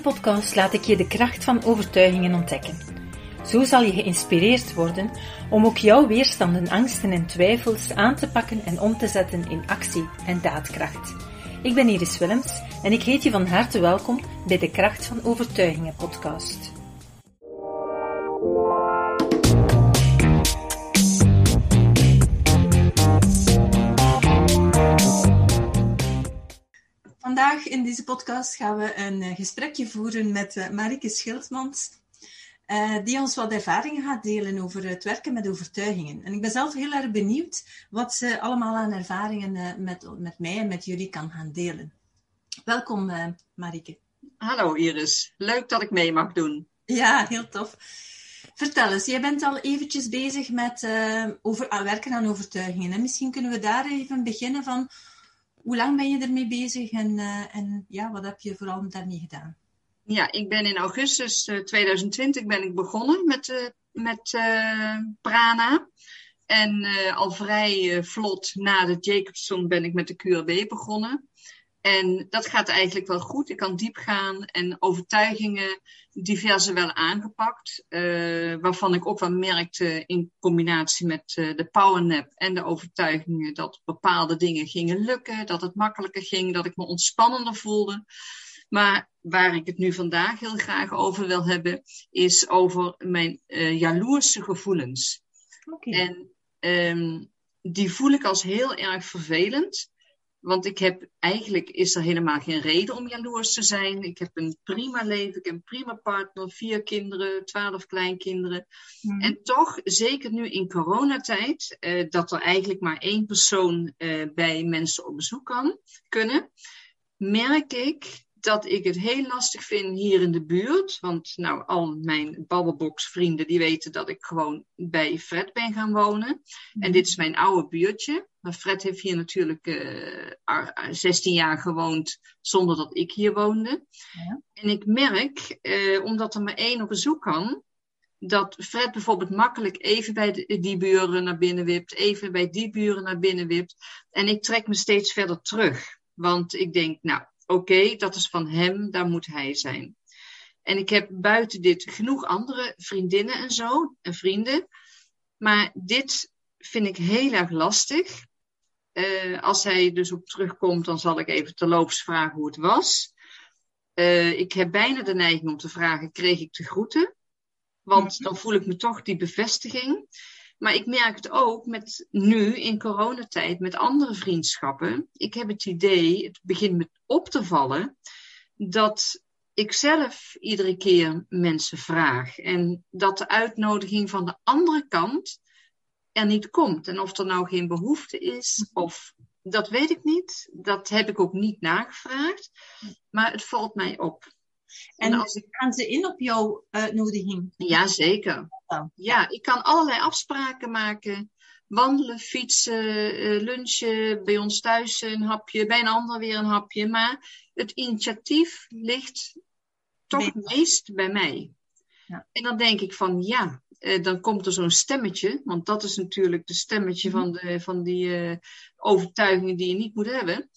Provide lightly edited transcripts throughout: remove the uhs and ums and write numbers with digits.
podcast laat ik je de kracht van overtuigingen ontdekken. Zo zal je geïnspireerd worden om ook jouw weerstanden, angsten en twijfels aan te pakken en om te zetten in actie en daadkracht. Ik ben Iris Willems en ik heet je van harte welkom bij de Kracht van Overtuigingen podcast. Vandaag in deze podcast gaan we een gesprekje voeren met Marieke Schildmans, die ons wat ervaringen gaat delen over het werken met overtuigingen. En ik ben zelf heel erg benieuwd wat ze allemaal aan ervaringen met mij en met jullie kan gaan delen. Welkom Marieke. Hallo Iris, leuk dat ik mee mag doen. Ja, heel tof. Vertel eens, jij bent al eventjes bezig met werken aan overtuigingen. En misschien kunnen we daar even beginnen van... Hoe lang ben je ermee bezig en wat heb je vooral daarmee gedaan? Ja, ik ben in augustus 2020 ben ik begonnen met Prana. En al vrij vlot na de Jacobson ben ik met de QRB begonnen. En dat gaat eigenlijk wel goed. Ik kan diep gaan en overtuigingen diverse wel aangepakt. Waarvan ik ook wel merkte in combinatie met de powernap en de overtuigingen dat bepaalde dingen gingen lukken. Dat het makkelijker ging, dat ik me ontspannender voelde. Maar waar ik het nu vandaag heel graag over wil hebben, is over mijn jaloerse gevoelens. Okay. En die voel ik als heel erg vervelend. Want eigenlijk is er helemaal geen reden om jaloers te zijn. Ik heb een prima leven, ik heb een prima partner, 4 kinderen, 12 kleinkinderen. En toch, zeker nu in coronatijd, dat er eigenlijk maar 1 persoon bij mensen op bezoek kunnen, merk ik dat ik het heel lastig vind hier in de buurt. Want al mijn Babbelbox vrienden die weten dat ik gewoon bij Fred ben gaan wonen. En dit is mijn oude buurtje. Maar Fred heeft hier natuurlijk 16 jaar gewoond zonder dat ik hier woonde. Ja. En ik merk, omdat er maar 1 op bezoek kan, dat Fred bijvoorbeeld makkelijk even bij die buren naar binnen wipt, even bij die buren naar binnen wipt. En ik trek me steeds verder terug. Want ik denk, oké, dat is van hem, daar moet hij zijn. En ik heb buiten dit genoeg andere vriendinnen en zo, en vrienden. Maar dit vind ik heel erg lastig. Als hij dus op terugkomt, dan zal ik even terloops vragen hoe het was. Ik heb bijna de neiging om te vragen, kreeg ik de groeten? Want dan voel ik me toch die bevestiging. Maar ik merk het ook nu in coronatijd met andere vriendschappen. Ik heb het idee, het begint me op te vallen, dat ik zelf iedere keer mensen vraag. En dat de uitnodiging van de andere kant er niet komt. En of er nou geen behoefte is, of dat weet ik niet. Dat heb ik ook niet nagevraagd. Maar het valt mij op. En gaan ze in op jouw uitnodiging? Ja, zeker. Ja, ik kan allerlei afspraken maken. Wandelen, fietsen, lunchen, bij ons thuis een hapje, bij een ander weer een hapje. Maar het initiatief ligt toch het meest bij mij. Ja. En dan denk ik van dan komt er zo'n stemmetje. Want dat is natuurlijk de stemmetje van die overtuigingen die je niet moet hebben.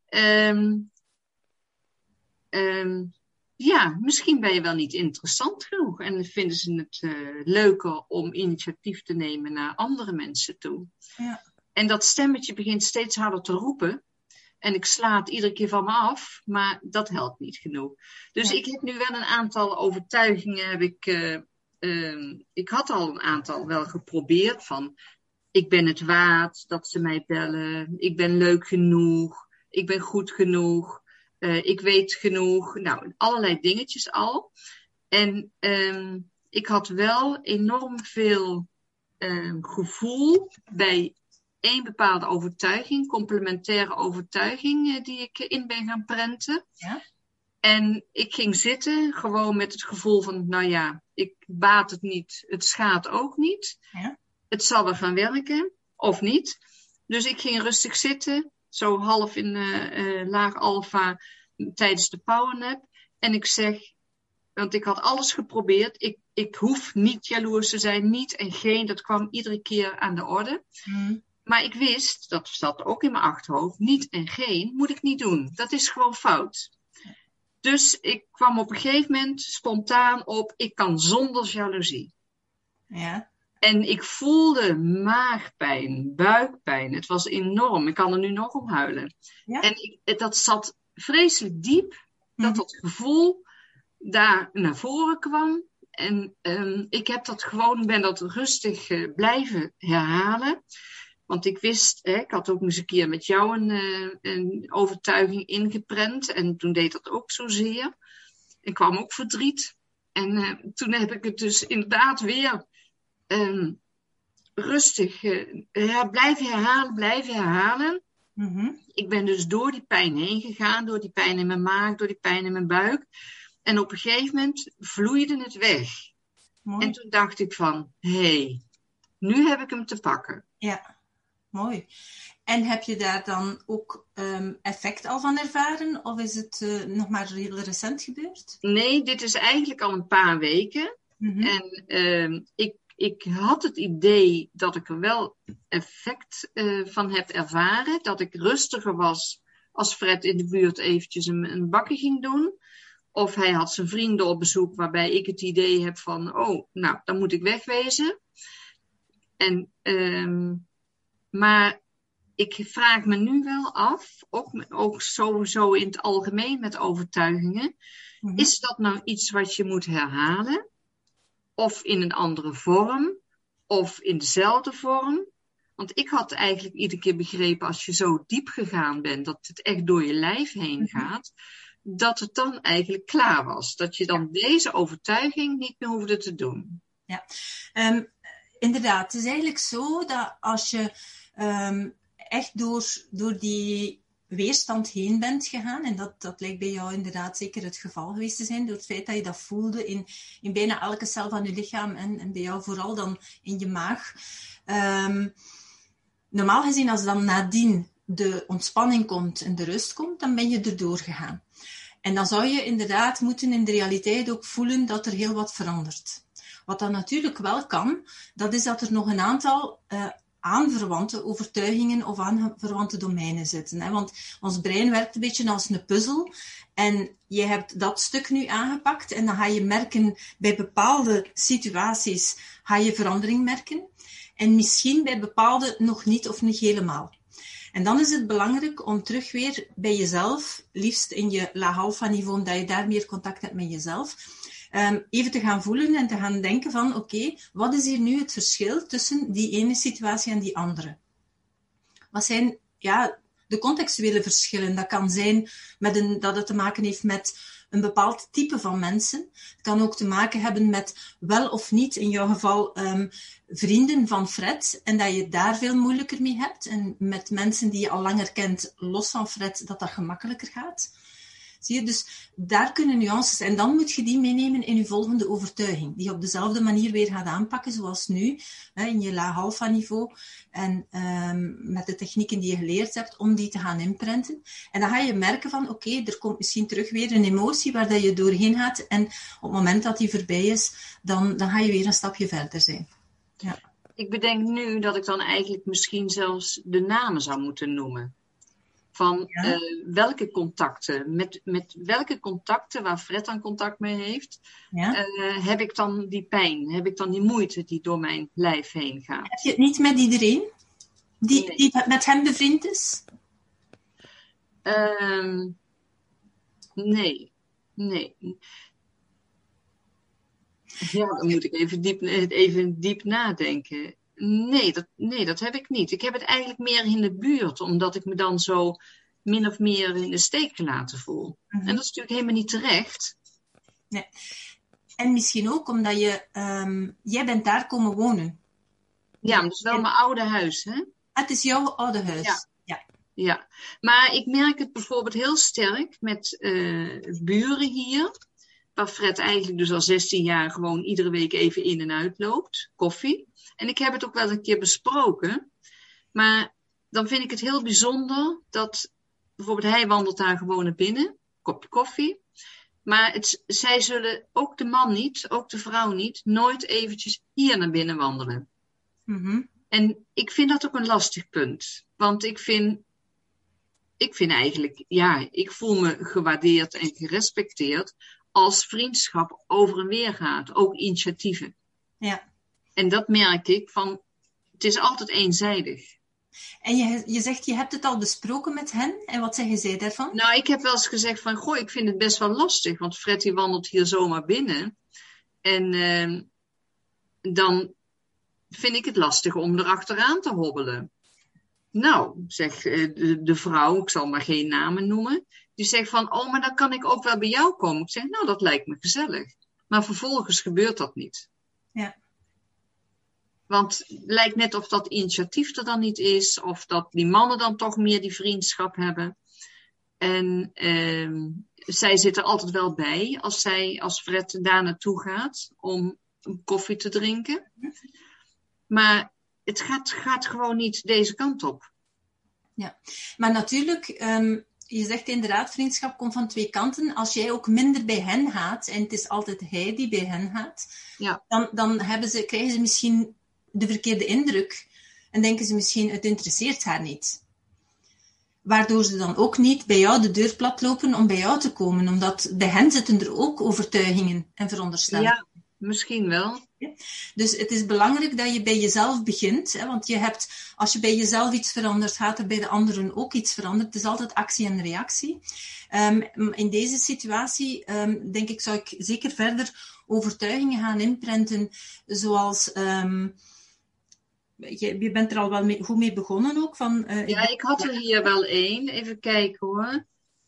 Misschien ben je wel niet interessant genoeg. En dan vinden ze het leuker om initiatief te nemen naar andere mensen toe. Ja. En dat stemmetje begint steeds harder te roepen. En ik sla het iedere keer van me af. Maar dat helpt niet genoeg. Dus ik heb nu wel een aantal overtuigingen. Ik had al een aantal wel geprobeerd. Van ik ben het waard dat ze mij bellen. Ik ben leuk genoeg. Ik ben goed genoeg. Ik weet genoeg, allerlei dingetjes al. En ik had wel enorm veel gevoel bij 1 bepaalde overtuiging, complementaire overtuiging die ik in ben gaan prenten. Ja? En ik ging zitten gewoon met het gevoel van, ik baat het niet, het schaadt ook niet. Ja? Het zal wel gaan werken, of niet. Dus ik ging rustig zitten. Zo half in laag alfa tijdens de powernap. En ik zeg, want ik had alles geprobeerd. Ik hoef niet jaloers te zijn, niet en geen. Dat kwam iedere keer aan de orde. Maar ik wist, dat zat ook in mijn achterhoofd, niet en geen moet ik niet doen. Dat is gewoon fout. Dus ik kwam op een gegeven moment spontaan op, ik kan zonder jaloezie. Ja. En ik voelde maagpijn, buikpijn. Het was enorm. Ik kan er nu nog om huilen. Ja? En dat zat vreselijk diep, dat gevoel daar naar voren kwam. En ik heb dat gewoon, ben dat rustig blijven herhalen. Want ik wist, ik had ook eens een keer met jou een overtuiging ingeprent. En toen deed dat ook zozeer. En kwam ook verdriet. En toen heb ik het dus inderdaad weer rustig blijven herhalen. Ik ben dus door die pijn heen gegaan. Door die pijn in mijn maag, door die pijn in mijn buik. En op een gegeven moment vloeide het weg. Mooi. En toen dacht ik van, hé, nu heb ik hem te pakken. Ja, mooi. En heb je daar dan ook effect al van ervaren? Of is het nog maar heel recent gebeurd? Nee, dit is eigenlijk al een paar weken. En ik had het idee dat ik er wel effect van heb ervaren. Dat ik rustiger was als Fred in de buurt eventjes een bakje ging doen. Of hij had zijn vrienden op bezoek waarbij ik het idee heb van, oh, nou, dan moet ik wegwezen. Maar ik vraag me nu wel af, ook sowieso in het algemeen met overtuigingen. Is dat nou iets wat je moet herhalen? Of in een andere vorm? Of in dezelfde vorm? Want ik had eigenlijk iedere keer begrepen, als je zo diep gegaan bent, dat het echt door je lijf heen gaat, dat het dan eigenlijk klaar was. Dat je dan deze overtuiging niet meer hoefde te doen. Ja, inderdaad. Het is eigenlijk zo dat als je echt door die weerstand heen bent gegaan, en dat lijkt bij jou inderdaad zeker het geval geweest te zijn, door het feit dat je dat voelde in bijna elke cel van je lichaam en bij jou vooral dan in je maag. Normaal gezien, als dan nadien de ontspanning komt en de rust komt, dan ben je erdoor gegaan. En dan zou je inderdaad moeten in de realiteit ook voelen dat er heel wat verandert. Wat dan natuurlijk wel kan, dat is dat er nog een aantal aanverwante overtuigingen of aanverwante domeinen zitten. Hè? Want ons brein werkt een beetje als een puzzel. En je hebt dat stuk nu aangepakt en dan ga je merken, bij bepaalde situaties ga je verandering merken. En misschien bij bepaalde nog niet of niet helemaal. En dan is het belangrijk om terug weer bij jezelf, liefst in je laag alpha niveau, omdat je daar meer contact hebt met jezelf, even te gaan voelen en te gaan denken van, oké, wat is hier nu het verschil tussen die ene situatie en die andere? Wat zijn de contextuele verschillen? Dat kan zijn dat het te maken heeft met een bepaald type van mensen. Het kan ook te maken hebben met wel of niet, in jouw geval, vrienden van Fred. En dat je daar veel moeilijker mee hebt. En met mensen die je al langer kent, los van Fred, dat gemakkelijker gaat. Zie je, dus daar kunnen nuances. En dan moet je die meenemen in je volgende overtuiging. Die je op dezelfde manier weer gaat aanpakken, zoals nu, in je laag alpha niveau. En met de technieken die je geleerd hebt, om die te gaan inprenten. En dan ga je merken van, oké, er komt misschien terug weer een emotie waar dat je doorheen gaat. En op het moment dat die voorbij is, dan ga je weer een stapje verder zijn. Ja. Ik bedenk nu dat ik dan eigenlijk misschien zelfs de namen zou moeten noemen. Van welke contacten, met welke contacten waar Fred dan contact mee heeft, heb ik dan die pijn, heb ik dan die moeite die door mijn lijf heen gaat. Heb je het niet met iedereen die met hem bevriend is? Nee. Ja, dan moet ik even diep nadenken. Nee, dat heb ik niet. Ik heb het eigenlijk meer in de buurt, omdat ik me dan zo min of meer in de steek gelaten voel. En dat is natuurlijk helemaal niet terecht. Nee. En misschien ook omdat jij bent daar komen wonen. Ja, maar dat is wel mijn oude huis, hè? Het is jouw oude huis. Ja. Maar ik merk het bijvoorbeeld heel sterk met buren hier. Waar Fred eigenlijk dus al 16 jaar gewoon iedere week even in en uit loopt. Koffie. En ik heb het ook wel een keer besproken. Maar dan vind ik het heel bijzonder dat bijvoorbeeld hij wandelt daar gewoon naar binnen. Kopje koffie. Maar zij zullen, ook de man niet, ook de vrouw niet, nooit eventjes hier naar binnen wandelen. En ik vind dat ook een lastig punt. Want ik vind, ik vind eigenlijk, ik voel me gewaardeerd en gerespecteerd als vriendschap over en weer gaat. Ook initiatieven. Ja. En dat merk ik van, het is altijd eenzijdig. En je zegt, je hebt het al besproken met hen. En wat zeggen zij daarvan? Nou, ik heb wel eens gezegd van, ik vind het best wel lastig. Want Fred die wandelt hier zomaar binnen. En dan vind ik het lastig om erachteraan te hobbelen. Nou, zegt de vrouw, ik zal maar geen namen noemen. Die zegt van, maar dan kan ik ook wel bij jou komen. Ik zeg, nou, dat lijkt me gezellig. Maar vervolgens gebeurt dat niet. Ja. Want het lijkt net of dat initiatief er dan niet is. Of dat die mannen dan toch meer die vriendschap hebben. En zij zit er altijd wel bij als Fred daar naartoe gaat om koffie te drinken. Maar het gaat gewoon niet deze kant op. Ja, maar natuurlijk, je zegt inderdaad, vriendschap komt van twee kanten. Als jij ook minder bij hen gaat, en het is altijd hij die bij hen gaat, dan krijgen ze misschien de verkeerde indruk en denken ze misschien, het interesseert haar niet. Waardoor ze dan ook niet bij jou de deur platlopen om bij jou te komen, omdat bij hen zitten er ook overtuigingen en veronderstellingen. Ja, misschien wel. Dus het is belangrijk dat je bij jezelf begint, hè, want als je bij jezelf iets verandert, gaat er bij de anderen ook iets veranderen. Het is altijd actie en reactie. In deze situatie, denk ik, zou ik zeker verder overtuigingen gaan inprenten, zoals... Je bent er al wel goed mee begonnen ook. Ik had er hier wel één. Even kijken hoor.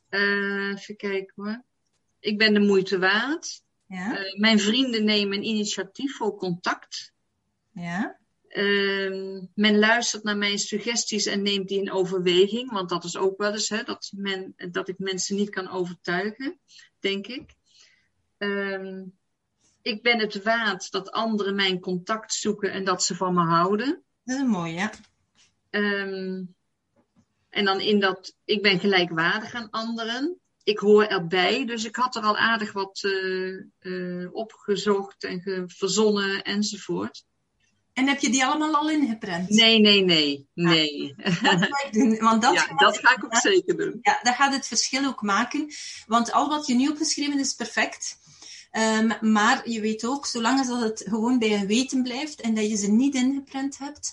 Ik ben de moeite waard. Ja. Mijn vrienden nemen een initiatief voor contact. Ja. Men luistert naar mijn suggesties en neemt die in overweging. Want dat is ook wel eens dat ik mensen niet kan overtuigen, denk ik. Ik ben het waard dat anderen mijn contact zoeken en dat ze van me houden. Dat is mooi, ja. En dan ik ben gelijkwaardig aan anderen. Ik hoor erbij, dus ik had er al aardig wat opgezocht en verzonnen enzovoort. En heb je die allemaal al ingeprent? Nee. Dat ga ik doen. Want dat ga ik ook zeker doen. Ja, dat gaat het verschil ook maken. Want al wat je nu opgeschreven is perfect. Maar je weet ook, zolang als dat het gewoon bij je weten blijft en dat je ze niet ingeprent hebt,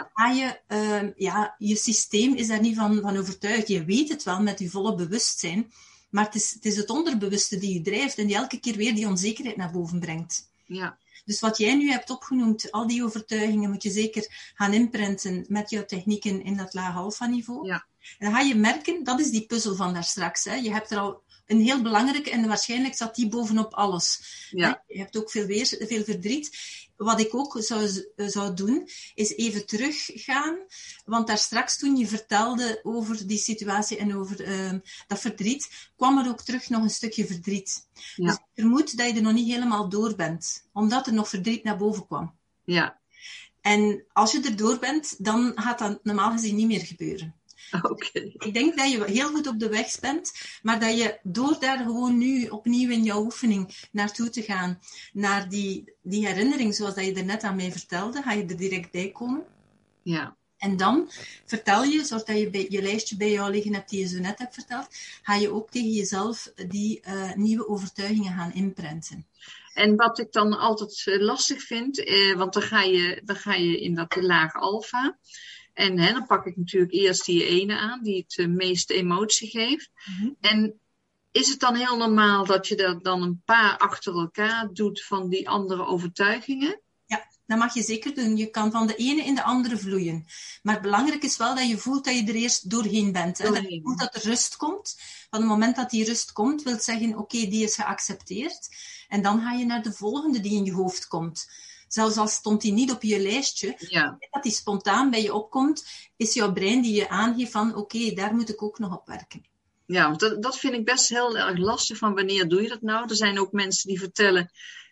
je systeem is daar niet van overtuigd. Je weet het wel met je volle bewustzijn, maar het is het onderbewuste die je drijft en die elke keer weer die onzekerheid naar boven brengt. Ja. Dus wat jij nu hebt opgenoemd, al die overtuigingen moet je zeker gaan inprenten met jouw technieken in dat laag alpha niveau. Ja. En dan ga je merken, dat is die puzzel van daar straks. Hè. Je hebt er al een heel belangrijke en waarschijnlijk zat die bovenop alles. Ja. Je hebt ook veel verdriet. Wat ik ook zou doen, is even teruggaan. Want daar straks toen je vertelde over die situatie en over dat verdriet, kwam er ook terug nog een stukje verdriet. Ja. Dus ik vermoed dat je er nog niet helemaal door bent. Omdat er nog verdriet naar boven kwam. Ja. En als je er door bent, dan gaat dat normaal gezien niet meer gebeuren. Okay. Ik denk dat je heel goed op de weg bent, maar dat je door daar gewoon nu opnieuw in jouw oefening naartoe te gaan, naar die herinnering zoals dat je er net aan mij vertelde, ga je er direct bij komen. Ja. En dan vertel je, zoals dat je je lijstje bij jou liggen hebt die je zo net hebt verteld, ga je ook tegen jezelf die nieuwe overtuigingen gaan inprenten. En wat ik dan altijd lastig vind, want dan ga je in dat laag alfa. En dan pak ik natuurlijk eerst die ene aan, die het meeste emotie geeft. Mm-hmm. En is het dan heel normaal dat je er dan een paar achter elkaar doet van die andere overtuigingen? Ja, dat mag je zeker doen. Je kan van de ene in de andere vloeien. Maar belangrijk is wel dat je voelt dat je er eerst doorheen bent. Hè? Dat je voelt dat er rust komt. Van het moment dat die rust komt, wil zeggen, oké, die is geaccepteerd. En dan ga je naar de volgende die in je hoofd komt. Zelfs al stond die niet op je lijstje, dat die spontaan bij je opkomt, is jouw brein die je aangeeft van oké, daar moet ik ook nog op werken. Ja, want dat vind ik best heel erg lastig van wanneer doe je dat nou? Er zijn ook mensen die vertellen,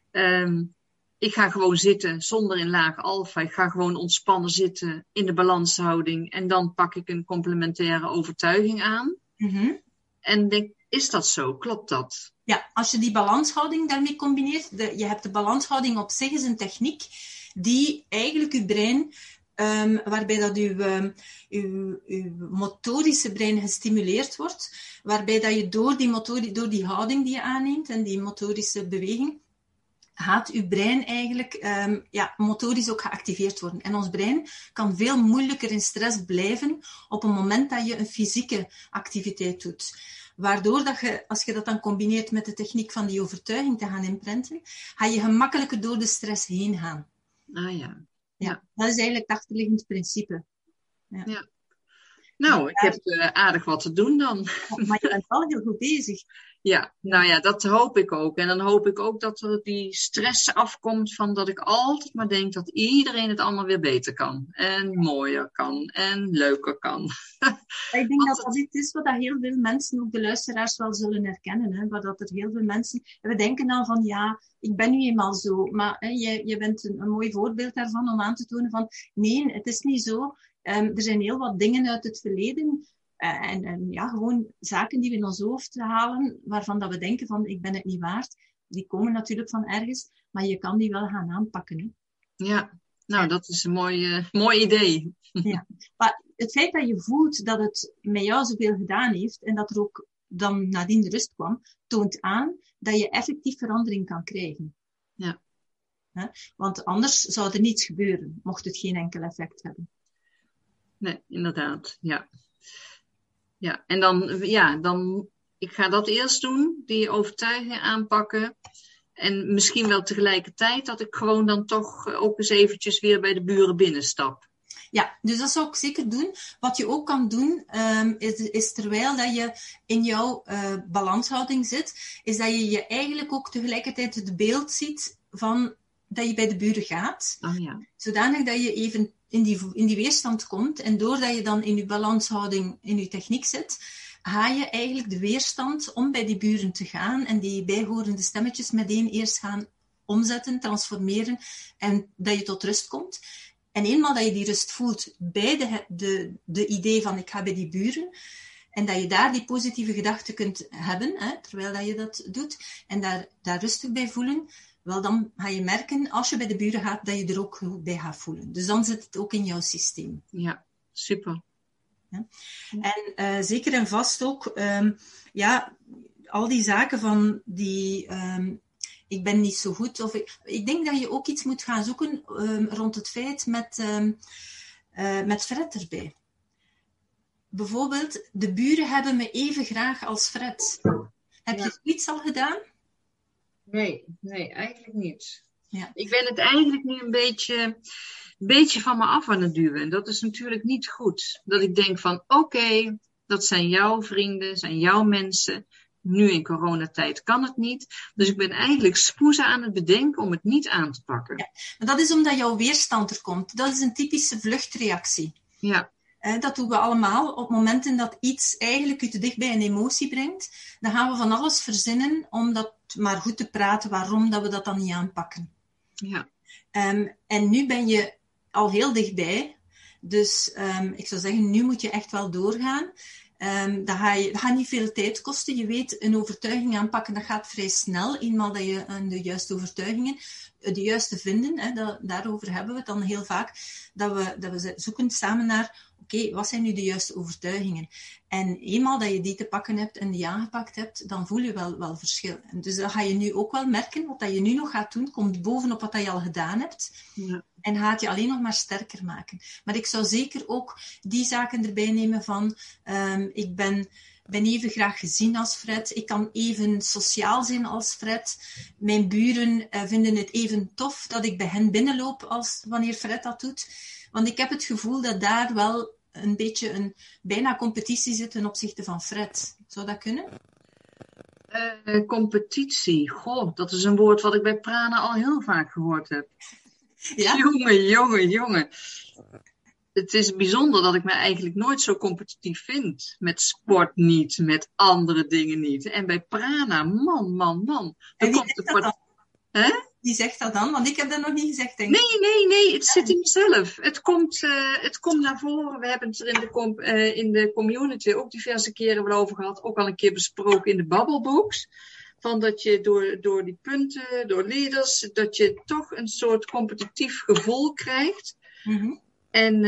ik ga gewoon zitten zonder in laag alfa. Ik ga gewoon ontspannen zitten in de balanshouding en dan pak ik een complementaire overtuiging aan. Mm-hmm. En denk, is dat zo? Klopt dat? Ja, als je die balanshouding daarmee combineert, je hebt de balanshouding op zich is een techniek die eigenlijk je brein waarbij dat uw motorische brein gestimuleerd wordt, waarbij dat je door die houding die je aanneemt en die motorische beweging, gaat uw brein eigenlijk motorisch ook geactiveerd worden. En ons brein kan veel moeilijker in stress blijven op het moment dat je een fysieke activiteit doet. Waardoor dat je, als je dat dan combineert met de techniek van die overtuiging te gaan imprinten, ga je gemakkelijker door de stress heen gaan. Ah ja. Ja, dat is eigenlijk het achterliggend principe. Ja. Nou, ik heb aardig wat te doen dan. Maar je bent wel heel goed bezig. Ja, nou ja, dat hoop ik ook. En dan hoop ik ook dat er die stress afkomt van dat ik altijd maar denk dat iedereen het allemaal weer beter kan. En mooier kan. En leuker kan. Ik denk dat dat iets is wat heel veel mensen, ook de luisteraars, wel zullen herkennen. Hè? Dat er heel veel mensen... We denken dan van, ja, ik ben nu eenmaal zo. Maar je bent een mooi voorbeeld daarvan om aan te tonen van, nee, het is niet zo. Er zijn heel wat dingen uit het verleden... En gewoon zaken die we in ons hoofd halen, waarvan dat we denken van, ik ben het niet waard. Die komen natuurlijk van ergens, maar je kan die wel gaan aanpakken. Hè? Ja, nou, dat is een mooi idee. Ja. Maar het feit dat je voelt dat het met jou zoveel gedaan heeft, en dat er ook dan nadien de rust kwam, toont aan dat je effectief verandering kan krijgen. Ja. Want anders zou er niets gebeuren, mocht het geen enkel effect hebben. Nee, inderdaad, ja. Ja, en dan, ik ga dat eerst doen, die overtuiging aanpakken. En misschien wel tegelijkertijd dat ik gewoon dan toch ook eens eventjes weer bij de buren binnenstap. Ja, dus dat zou ik zeker doen. Wat je ook kan doen, is terwijl dat je in jouw balanshouding zit, is dat je eigenlijk ook tegelijkertijd het beeld ziet van dat je bij de buren gaat. Oh ja. Zodanig dat je even in die weerstand komt. En doordat je dan in je balanshouding, in je techniek zit, ga je eigenlijk de weerstand om bij die buren te gaan en die bijhorende stemmetjes meteen eerst gaan omzetten, transformeren en dat je tot rust komt. En eenmaal dat je die rust voelt bij de idee van ik ga bij die buren, en dat je daar die positieve gedachten kunt hebben, terwijl dat je dat doet, en daar rustig bij voelen, wel dan ga je merken, als je bij de buren gaat, dat je er ook goed bij gaat voelen. Dus dan zit het ook in jouw systeem. Ja, super. Ja. En zeker en vast ook, al die zaken van die... ik ben niet zo goed. Of ik denk dat je ook iets moet gaan zoeken rond het feit met Fred erbij. Bijvoorbeeld, de buren hebben me even graag als Fred. Heb je zoiets al gedaan? Nee, eigenlijk niet. Ja. Ik ben het eigenlijk nu een beetje van me af aan het duwen. En dat is natuurlijk niet goed. Dat ik denk van, oké, dat zijn jouw vrienden, zijn jouw mensen. Nu in coronatijd kan het niet. Dus ik ben eigenlijk spoezen aan het bedenken om het niet aan te pakken. Ja, maar dat is omdat jouw weerstand er komt. Dat is een typische vluchtreactie. Ja. Dat doen we allemaal. Op momenten dat iets eigenlijk je te dicht bij een emotie brengt, dan gaan we van alles verzinnen om dat maar goed te praten waarom dat we dat dan niet aanpakken. Ja. En nu ben je al heel dichtbij. Dus ik zou zeggen, nu moet je echt wel doorgaan. Dat gaat niet veel tijd kosten. Je weet, een overtuiging aanpakken, dat gaat vrij snel. Eenmaal dat je de juiste overtuigingen, de juiste vinden, daarover hebben we het dan heel vaak, dat we zoeken samen naar, oké, wat zijn nu de juiste overtuigingen? En eenmaal dat je die te pakken hebt en die aangepakt hebt, dan voel je wel verschil. En dus dat ga je nu ook wel merken. Wat dat je nu nog gaat doen, komt bovenop wat dat je al gedaan hebt. Ja. En gaat je alleen nog maar sterker maken. Maar ik zou zeker ook die zaken erbij nemen van, ik ben even graag gezien als Fred. Ik kan even sociaal zijn als Fred. Mijn buren vinden het even tof dat ik bij hen binnenloop als wanneer Fred dat doet. Want ik heb het gevoel dat daar wel een beetje een bijna competitie zit ten opzichte van Fred. Zou dat kunnen? Competitie. Goh, dat is een woord wat ik bij Prana al heel vaak gehoord heb. Ja? Jongen. Het is bijzonder dat ik me eigenlijk nooit zo competitief vind. Met sport niet, met andere dingen niet. En bij Prana, man. En wie zegt dat dan? Hè? Wie zegt dat dan? Want ik heb dat nog niet gezegd, denk ik. Nee, het zit in mezelf. Het komt naar voren. We hebben het er in de community ook diverse keren wel over gehad. Ook al een keer besproken in de babbelbooks. Van dat je door die punten, door leaders, dat je toch een soort competitief gevoel krijgt. Mm-hmm. En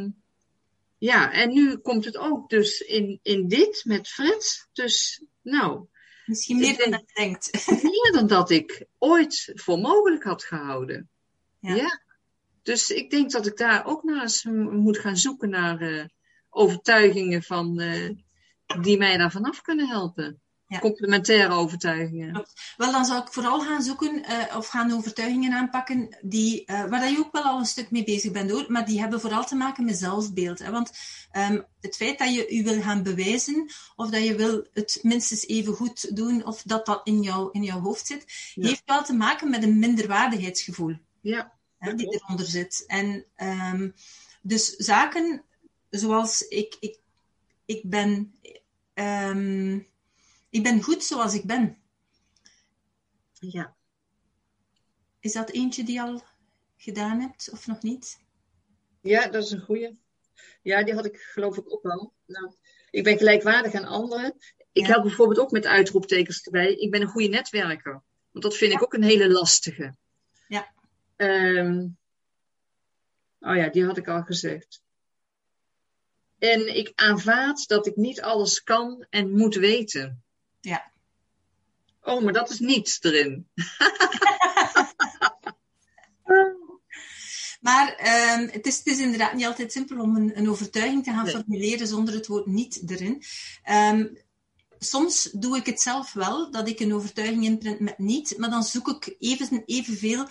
en nu komt het ook dus in dit met Fred. Dus nou... Misschien meer dan dat je denkt. Meer dan dat ik ooit voor mogelijk had gehouden. Ja. Dus ik denk dat ik daar ook naar eens moet gaan zoeken naar overtuigingen die mij daar vanaf kunnen helpen. Ja. Complementaire overtuigingen. Wel, dan zou ik vooral gaan zoeken of gaan overtuigingen aanpakken waar je ook wel al een stuk mee bezig bent hoor, maar die hebben vooral te maken met zelfbeeld. Hè? Want het feit dat je wil gaan bewijzen of dat je wil het minstens even goed doen of dat in jouw hoofd zit, heeft wel te maken met een minderwaardigheidsgevoel. Ja. Die eronder zit. En dus zaken zoals ik ben goed zoals ik ben. Ja. Is dat eentje die je al gedaan hebt of nog niet? Ja, dat is een goeie. Ja, die had ik geloof ik ook wel. Nou, ik ben gelijkwaardig aan anderen. Ik help bijvoorbeeld ook met uitroeptekens erbij. Ik ben een goede netwerker. Want dat vind ik ook een hele lastige. Ja. Die had ik al gezegd. En ik aanvaard dat ik niet alles kan en moet weten. Ja. Oh, maar dat is niets erin. Maar het is inderdaad niet altijd simpel om een overtuiging te gaan formuleren zonder het woord niet erin. Soms doe ik het zelf wel, dat ik een overtuiging inprint met niet, maar dan zoek ik evenveel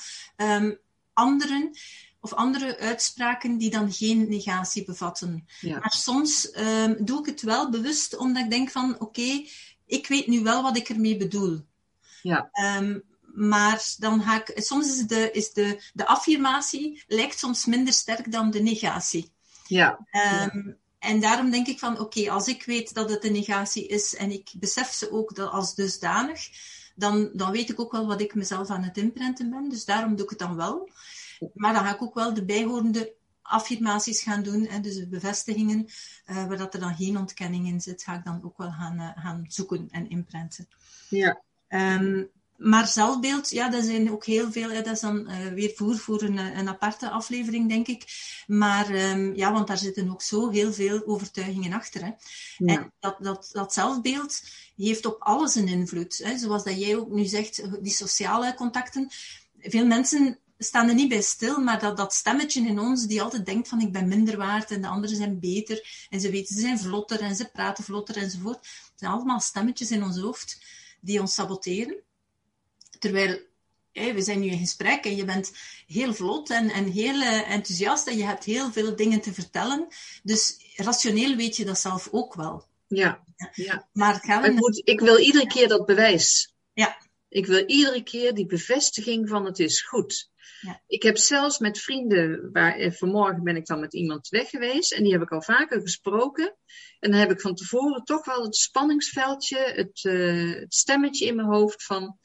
andere uitspraken die dan geen negatie bevatten. Ja. Maar soms doe ik het wel bewust, omdat ik denk van oké, ik weet nu wel wat ik ermee bedoel. Ja. Maar dan soms is de affirmatie lijkt soms minder sterk dan de negatie. Ja. En daarom denk ik van oké, als ik weet dat het een negatie is en ik besef ze ook als dusdanig, dan weet ik ook wel wat ik mezelf aan het inprenten ben. Dus daarom doe ik het dan wel. Maar dan ga ik ook wel de bijhorende affirmaties gaan doen. Hè, dus de bevestigingen, waar dat er dan geen ontkenning in zit, ga ik dan ook wel gaan zoeken en inprenten. Ja. Maar zelfbeeld, ja, dat zijn ook heel veel. Dat is dan weer voor een aparte aflevering, denk ik. Maar want daar zitten ook zo heel veel overtuigingen achter. Hè. Ja. En dat zelfbeeld heeft op alles een invloed. Hè. Zoals dat jij ook nu zegt, die sociale contacten. Veel mensen staan er niet bij stil, maar dat stemmetje in ons die altijd denkt van ik ben minder waard en de anderen zijn beter. En ze weten, ze zijn vlotter en ze praten vlotter enzovoort. Het zijn allemaal stemmetjes in ons hoofd die ons saboteren. Terwijl, we zijn nu in gesprek en je bent heel vlot en heel enthousiast en je hebt heel veel dingen te vertellen. Dus rationeel weet je dat zelf ook wel. Ja. Maar ik wil iedere keer dat bewijs. Ja. Ik wil iedere keer die bevestiging van het is goed. Ja. Ik heb zelfs met vrienden, vanmorgen ben ik dan met iemand weg geweest en die heb ik al vaker gesproken. En dan heb ik van tevoren toch wel het spanningsveldje, het stemmetje in mijn hoofd van,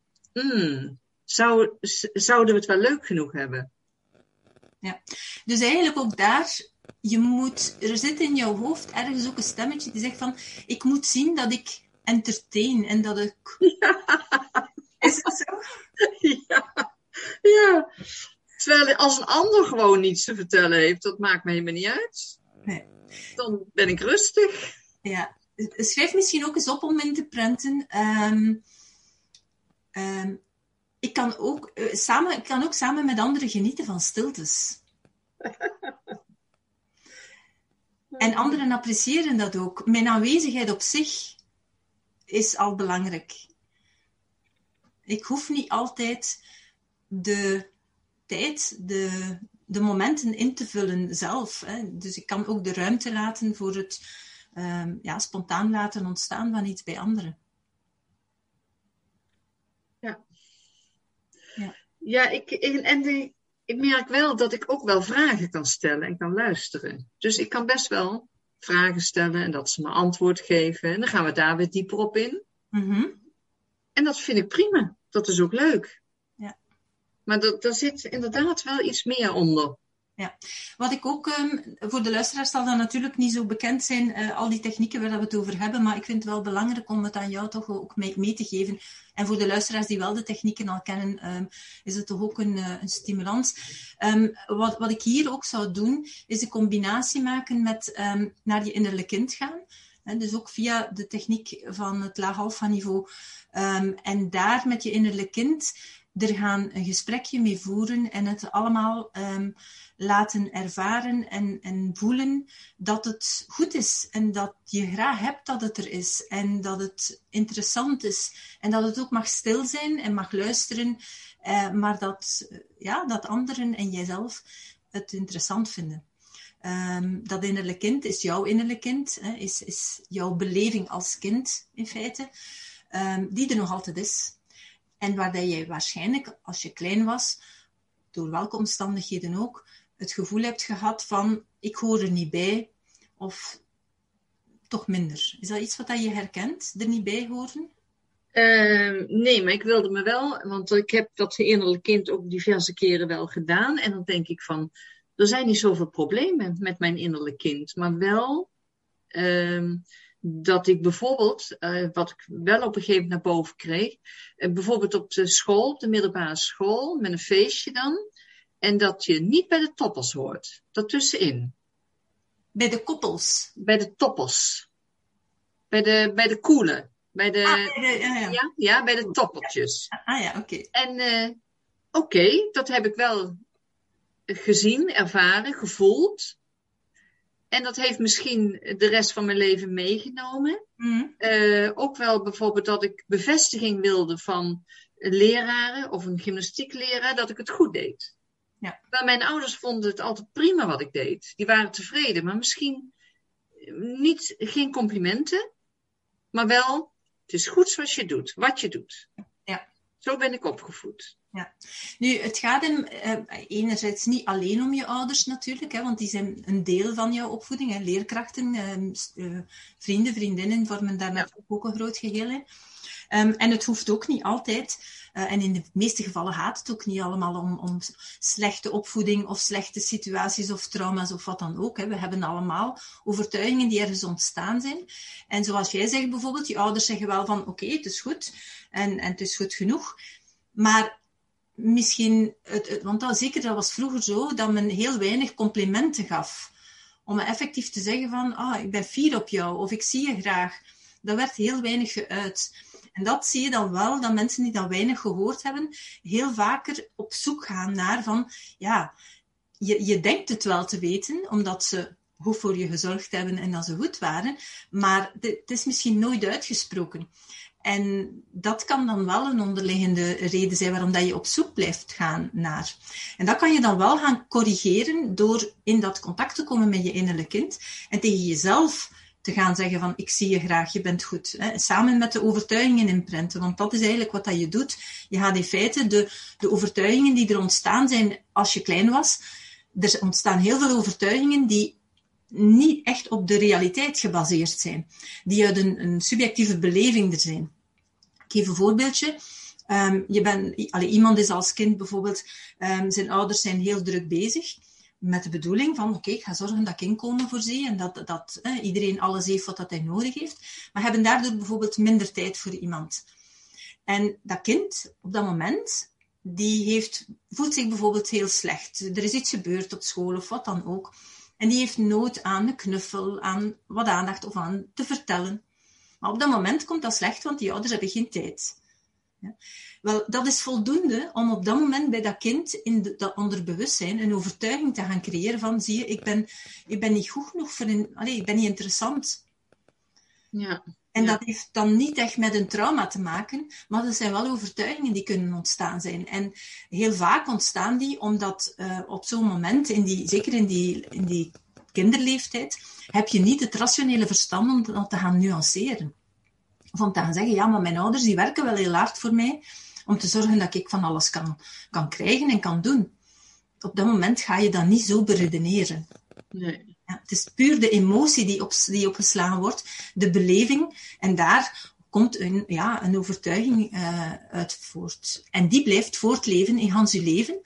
zouden we het wel leuk genoeg hebben? Ja, dus eigenlijk ook daar, er zit in jouw hoofd ergens ook een stemmetje die zegt van, ik moet zien dat ik entertain en dat ik... Ja. Is dat zo? Ja. Terwijl als een ander gewoon niets te vertellen heeft, dat maakt me helemaal niet uit. Nee. Dan ben ik rustig. Ja. Schrijf misschien ook eens op om in te prenten. Ik kan ook samen met anderen genieten van stiltes. En anderen appreciëren dat ook. Mijn aanwezigheid op zich is al belangrijk. Ik hoef niet altijd de tijd, de momenten in te vullen zelf. Hè. Dus ik kan ook de ruimte laten voor het spontaan laten ontstaan van iets bij anderen. Ja, ik merk wel dat ik ook wel vragen kan stellen en kan luisteren. Dus ik kan best wel vragen stellen en dat ze me antwoord geven. En dan gaan we daar weer dieper op in. Mm-hmm. En dat vind ik prima. Dat is ook leuk. Ja. Maar daar zit inderdaad wel iets meer onder. Ja, wat ik ook, voor de luisteraars zal dat natuurlijk niet zo bekend zijn, al die technieken waar we het over hebben, maar ik vind het wel belangrijk om het aan jou toch ook mee te geven. En voor de luisteraars die wel de technieken al kennen, is het toch ook een stimulans. Wat ik hier ook zou doen, is de combinatie maken met naar je innerlijk kind gaan. Dus ook via de techniek van het laag alpha niveau. En daar met je innerlijk kind er gaan een gesprekje mee voeren en het allemaal laten ervaren en voelen dat het goed is en dat je graag hebt dat het er is en dat het interessant is en dat het ook mag stil zijn en mag luisteren, maar dat anderen en jijzelf het interessant vinden. Dat innerlijk kind is jouw innerlijk kind, is jouw beleving als kind in feite, die er nog altijd is. En waar dat jij waarschijnlijk, als je klein was, door welke omstandigheden ook, het gevoel hebt gehad van, ik hoor er niet bij, of toch minder. Is dat iets wat je herkent, er niet bij horen? Nee, maar ik wilde me wel, want ik heb dat innerlijk kind ook diverse keren wel gedaan. En dan denk ik van, er zijn niet zoveel problemen met mijn innerlijk kind, maar wel dat ik bijvoorbeeld, wat ik wel op een gegeven moment naar boven kreeg, bijvoorbeeld op de school, op de middelbare school, met een feestje dan, en dat je niet bij de toppers hoort, daartussenin. Bij de koppels? Bij de toppers. Bij de coole. Bij de, ja, bij de toppertjes. Oké. En oké, dat heb ik wel gezien, ervaren, gevoeld. En dat heeft misschien de rest van mijn leven meegenomen. Mm. Ook wel bijvoorbeeld dat ik bevestiging wilde van leraren of een gymnastiekleraar dat ik het goed deed. Ja. Maar mijn ouders vonden het altijd prima wat ik deed. Die waren tevreden, maar misschien geen complimenten. Maar wel, het is goed zoals je doet, wat je doet. Ja. Zo ben ik opgevoed. Ja. Nu, het gaat hem enerzijds niet alleen om je ouders natuurlijk, want die zijn een deel van jouw opvoeding. Leerkrachten, vrienden, vriendinnen vormen daar ook een groot geheel in. En het hoeft ook niet altijd, en in de meeste gevallen gaat het ook niet allemaal om slechte opvoeding of slechte situaties of trauma's of wat dan ook. We hebben allemaal overtuigingen die ergens ontstaan zijn. En zoals jij zegt bijvoorbeeld, je ouders zeggen wel van oké, het is goed en het is goed genoeg. Maar misschien, want zeker dat was vroeger zo, dat men heel weinig complimenten gaf. Om me effectief te zeggen van, ik ben fier op jou, of ik zie je graag. Dat werd heel weinig geuit. En dat zie je dan wel, dat mensen die dat weinig gehoord hebben, heel vaker op zoek gaan naar van, ja, je denkt het wel te weten, omdat ze goed voor je gezorgd hebben en dat ze goed waren, maar het is misschien nooit uitgesproken. En dat kan dan wel een onderliggende reden zijn waarom dat je op zoek blijft gaan naar. En dat kan je dan wel gaan corrigeren door in dat contact te komen met je innerlijk kind en tegen jezelf te gaan zeggen van ik zie je graag, je bent goed. Samen met de overtuigingen inprenten, want dat is eigenlijk wat dat je doet. Je gaat in feite de overtuigingen die er ontstaan zijn als je klein was, er ontstaan heel veel overtuigingen die niet echt op de realiteit gebaseerd zijn. Die uit een subjectieve beleving er zijn. Ik geef een voorbeeldje. Iemand is als kind bijvoorbeeld, zijn ouders zijn heel druk bezig met de bedoeling van oké, ik ga zorgen dat ik inkomen voorzie en dat iedereen alles heeft wat dat hij nodig heeft. Maar hebben daardoor bijvoorbeeld minder tijd voor iemand. En dat kind op dat moment, voelt zich bijvoorbeeld heel slecht. Er is iets gebeurd op school of wat dan ook. En die heeft nood aan een knuffel, aan wat aandacht of aan te vertellen. Maar op dat moment komt dat slecht, want die ouders hebben geen tijd. Ja. Wel, dat is voldoende om op dat moment bij dat kind in dat onderbewustzijn een overtuiging te gaan creëren van, zie je, ik ben niet goed genoeg voor ik ben niet interessant. Ja. En dat heeft dan niet echt met een trauma te maken, maar dat zijn wel overtuigingen die kunnen ontstaan zijn. En heel vaak ontstaan die omdat op zo'n moment, zeker in die kinderleeftijd, heb je niet het rationele verstand om dat te gaan nuanceren. Of om te gaan zeggen, ja, maar mijn ouders die werken wel heel hard voor mij, om te zorgen dat ik van alles kan krijgen en kan doen. Op dat moment ga je dat niet zo beredeneren. Nee. Ja, het is puur de emotie die opgeslagen wordt, de beleving, en daar komt een overtuiging uit voort. En die blijft voortleven in gans je leven.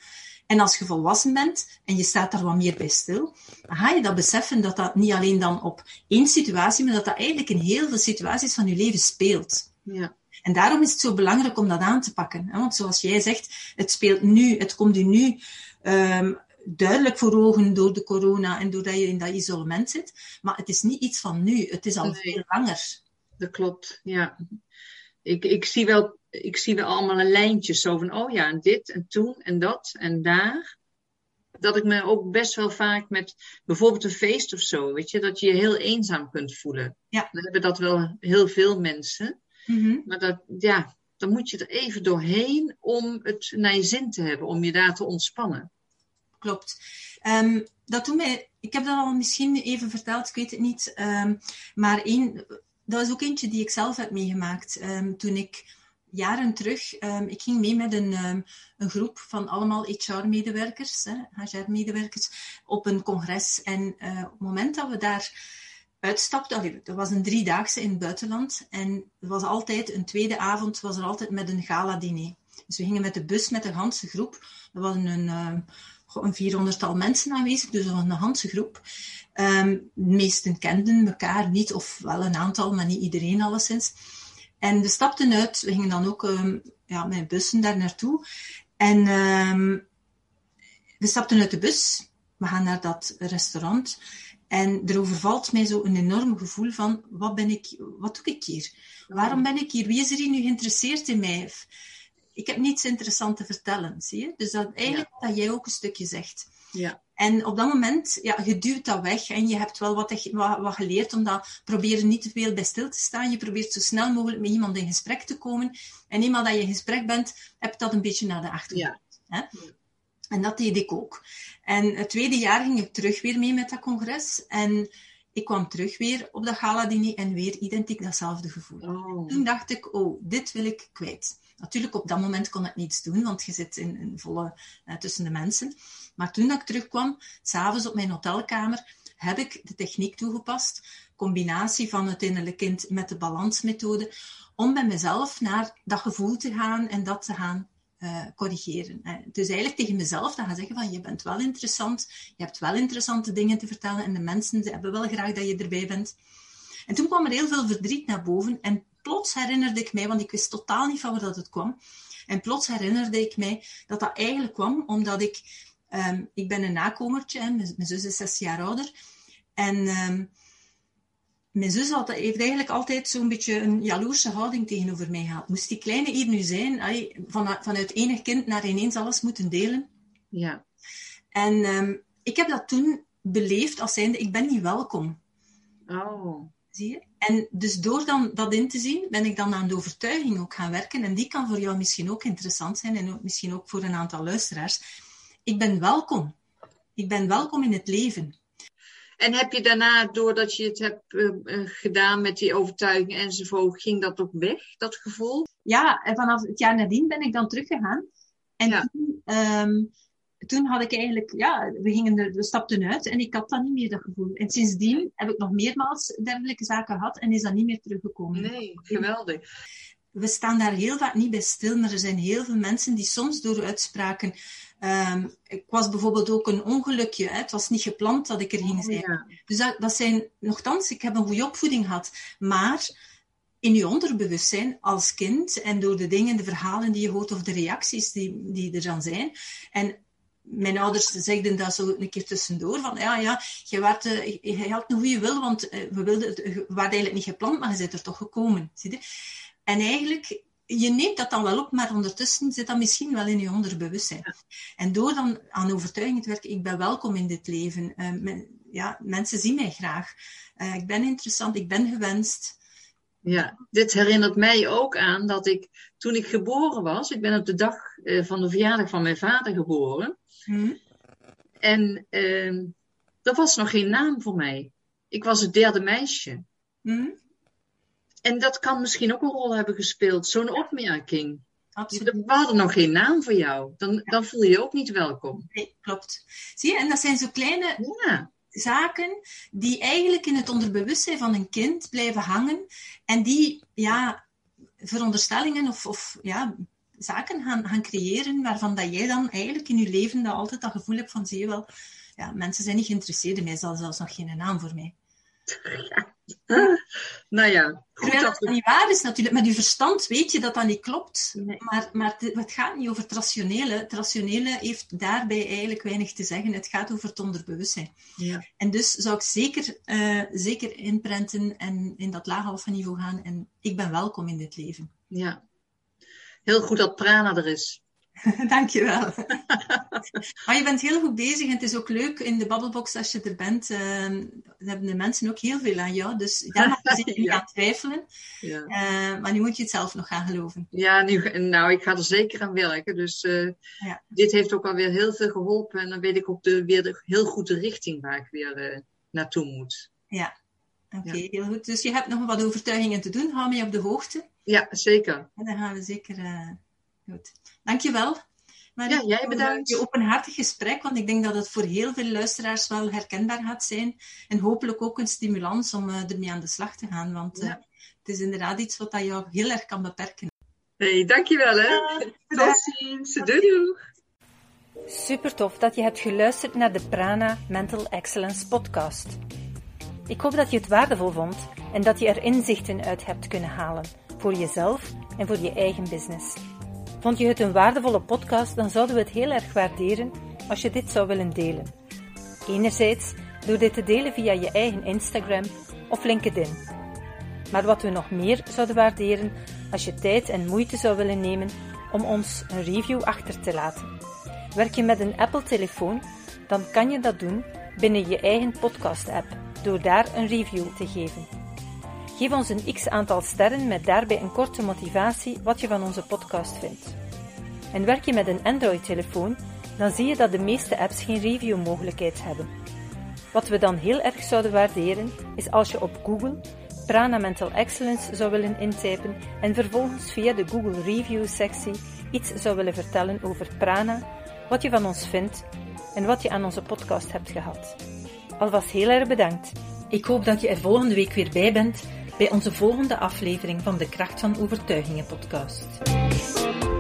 En als je volwassen bent en je staat daar wat meer bij stil, dan ga je dat beseffen dat dat niet alleen dan op één situatie, maar dat dat eigenlijk in heel veel situaties van je leven speelt. Ja. En daarom is het zo belangrijk om dat aan te pakken. Hè? Want zoals jij zegt, het speelt nu, het komt u nu duidelijk voor ogen door de corona en doordat je in dat isolement zit. Maar het is niet iets van nu, het is al veel langer. Dat klopt, ja. Ik zie wel allemaal een lijntje zo van, oh ja, en dit en toen en dat en daar. Dat ik me ook best wel vaak met bijvoorbeeld een feest of zo, weet je, dat je je heel eenzaam kunt voelen. Ja. Dan hebben dat wel heel veel mensen. Mm-hmm. Maar dan moet je er even doorheen om het naar je zin te hebben, om je daar te ontspannen. Klopt. Dat doet mij, ik heb dat al misschien even verteld, ik weet het niet. Maar dat is ook eentje die ik zelf heb meegemaakt. Toen ik jaren terug, ik ging mee met een groep van allemaal HR-medewerkers, HR-medewerkers, op een congres. En op het moment dat we daar uitstapten, dat was een 3-daagse in het buitenland. En er was altijd, een tweede avond, was er altijd met een gala-diner. Dus we gingen met de bus met de ganse groep. Er was een 400-tal mensen aanwezig, dus dat was een ganse groep. De meesten kenden elkaar niet, of wel een aantal, maar niet iedereen alleszins. En we stapten uit, we gingen dan ook met bussen daar naartoe. En we stapten uit de bus, we gaan naar dat restaurant. En er overvalt mij zo een enorm gevoel van, wat doe ik hier? Waarom ben ik hier? Wie is er hier nu geïnteresseerd in mij? Ik heb niets interessants te vertellen, zie je? Dus dat eigenlijk dat jij ook een stukje zegt. Ja. En op dat moment, je duwt dat weg en je hebt wel wat geleerd om dat proberen niet te veel bij stil te staan. Je probeert zo snel mogelijk met iemand in gesprek te komen. En eenmaal dat je in gesprek bent, heb je dat een beetje naar de achtergrond. Ja. Hè? En dat deed ik ook. En het tweede jaar ging ik terug weer mee met dat congres. En ik kwam terug weer op dat gala-diner en weer identiek datzelfde gevoel. Oh. Toen dacht ik, dit wil ik kwijt. Natuurlijk, op dat moment kon ik niets doen, want je zit in volle tussen de mensen. Maar toen dat ik terugkwam, 's avonds op mijn hotelkamer, heb ik de techniek toegepast. Combinatie van het innerlijke kind met de balansmethode. Om bij mezelf naar dat gevoel te gaan en dat te gaan corrigeren. Dus eigenlijk tegen mezelf te gaan zeggen van, je bent wel interessant, je hebt wel interessante dingen te vertellen en de mensen hebben wel graag dat je erbij bent. En toen kwam er heel veel verdriet naar boven en plots herinnerde ik mij, want ik wist totaal niet van waar dat het kwam, en plots herinnerde ik mij dat dat eigenlijk kwam omdat ik ben een nakomertje, mijn zus is 6 jaar ouder, en mijn zus heeft eigenlijk altijd zo'n beetje een jaloerse houding tegenover mij gehad. Moest die kleine hier nu zijn, vanuit enig kind naar ineens alles moeten delen. Ja. En ik heb dat toen beleefd als zijnde, ik ben niet welkom. Oh. Zie je? En dus door dan dat in te zien, ben ik dan aan de overtuiging ook gaan werken. En die kan voor jou misschien ook interessant zijn en ook, misschien ook voor een aantal luisteraars. Ik ben welkom. Ik ben welkom in het leven. En heb je daarna, doordat je het hebt gedaan met die overtuiging enzovoort, ging dat ook weg, dat gevoel? Ja, en vanaf het jaar nadien ben ik dan teruggegaan. En toen had ik eigenlijk, we stapten uit en ik had dan niet meer dat gevoel. En sindsdien heb ik nog meermaals dergelijke zaken gehad en is dat niet meer teruggekomen. Nee, geweldig. We staan daar heel vaak niet bij stil, maar er zijn heel veel mensen die soms door uitspraken... ik was bijvoorbeeld ook een ongelukje. Het was niet gepland dat ik er ging zijn. Ja. Dus dat zijn... Nochtans, ik heb een goede opvoeding gehad. Maar in je onderbewustzijn als kind en door de dingen, de verhalen die je hoort of de reacties die er dan zijn. En mijn ouders zeiden dat zo een keer tussendoor. Van je had een goede wil, want we waren eigenlijk niet gepland, maar je bent er toch gekomen. Zie je? En eigenlijk... Je neemt dat dan wel op, maar ondertussen zit dat misschien wel in je onderbewustzijn. Ja. En door dan aan overtuiging te werken, ik ben welkom in dit leven. Mensen zien mij graag. Ik ben interessant, ik ben gewenst. Ja, dit herinnert mij ook aan dat toen ik geboren was, ik ben op de dag van de verjaardag van mijn vader geboren. En er was nog geen naam voor mij. Ik was het 3e meisje. En dat kan misschien ook een rol hebben gespeeld. Zo'n opmerking. Absoluut. Er waren nog geen naam voor jou. Dan voel je je ook niet welkom. Nee, klopt. Zie je? En dat zijn zo kleine zaken die eigenlijk in het onderbewustzijn van een kind blijven hangen. En die, veronderstellingen of zaken gaan creëren waarvan dat jij dan eigenlijk in je leven altijd dat gevoel hebt van, zie je wel, ja, mensen zijn niet geïnteresseerd in mij, er is zelfs nog geen naam voor mij. Nou ja, goed. Terwijl dat niet waar is natuurlijk. Met je verstand weet je dat dat niet klopt. Nee. Maar het gaat niet over het rationele. Het rationele heeft daarbij eigenlijk weinig te zeggen. Het gaat over het onderbewustzijn. Ja. En dus zou ik zeker inprenten en in dat laag alfa niveau gaan. En ik ben welkom in dit leven. Ja. Heel goed dat prana er is. Dankjewel. Maar je bent heel goed bezig en het is ook leuk in de Babbelbox als je er bent. Hebben de mensen ook heel veel aan jou. Dus daar mag je zeker niet aan twijfelen. Ja. Maar nu moet je het zelf nog gaan geloven. Ja, ik ga er zeker aan werken. Dus dit heeft ook alweer heel veel geholpen. En dan weet ik ook weer heel goed de richting waar ik weer naartoe moet. Ja, oké, heel goed. Dus je hebt nog wat overtuigingen te doen. Hou me op de hoogte. Ja, zeker. En dan gaan we zeker... Goed. Dankjewel. Ja, jij bedankt. Je openhartig gesprek, want ik denk dat het voor heel veel luisteraars wel herkenbaar gaat zijn. En hopelijk ook een stimulans om ermee aan de slag te gaan, want het is inderdaad iets wat dat jou heel erg kan beperken. Hey, dankjewel hè. Tot ziens. Doei. Super tof dat je hebt geluisterd naar de Prana Mental Excellence podcast. Ik hoop dat je het waardevol vond en dat je er inzichten uit hebt kunnen halen voor jezelf en voor je eigen business. Vond je het een waardevolle podcast, dan zouden we het heel erg waarderen als je dit zou willen delen. Enerzijds door dit te delen via je eigen Instagram of LinkedIn. Maar wat we nog meer zouden waarderen, als je tijd en moeite zou willen nemen om ons een review achter te laten. Werk je met een Apple-telefoon, dan kan je dat doen binnen je eigen podcast-app, door daar een review te geven. Geef ons een x-aantal sterren met daarbij een korte motivatie wat je van onze podcast vindt. En werk je met een Android-telefoon, dan zie je dat de meeste apps geen review-mogelijkheid hebben. Wat we dan heel erg zouden waarderen, is als je op Google Prana Mental Excellence zou willen intypen en vervolgens via de Google Review-sectie iets zou willen vertellen over Prana, wat je van ons vindt en wat je aan onze podcast hebt gehad. Alvast heel erg bedankt. Ik hoop dat je er volgende week weer bij bent bij onze volgende aflevering van de Kracht van Overtuigingen podcast.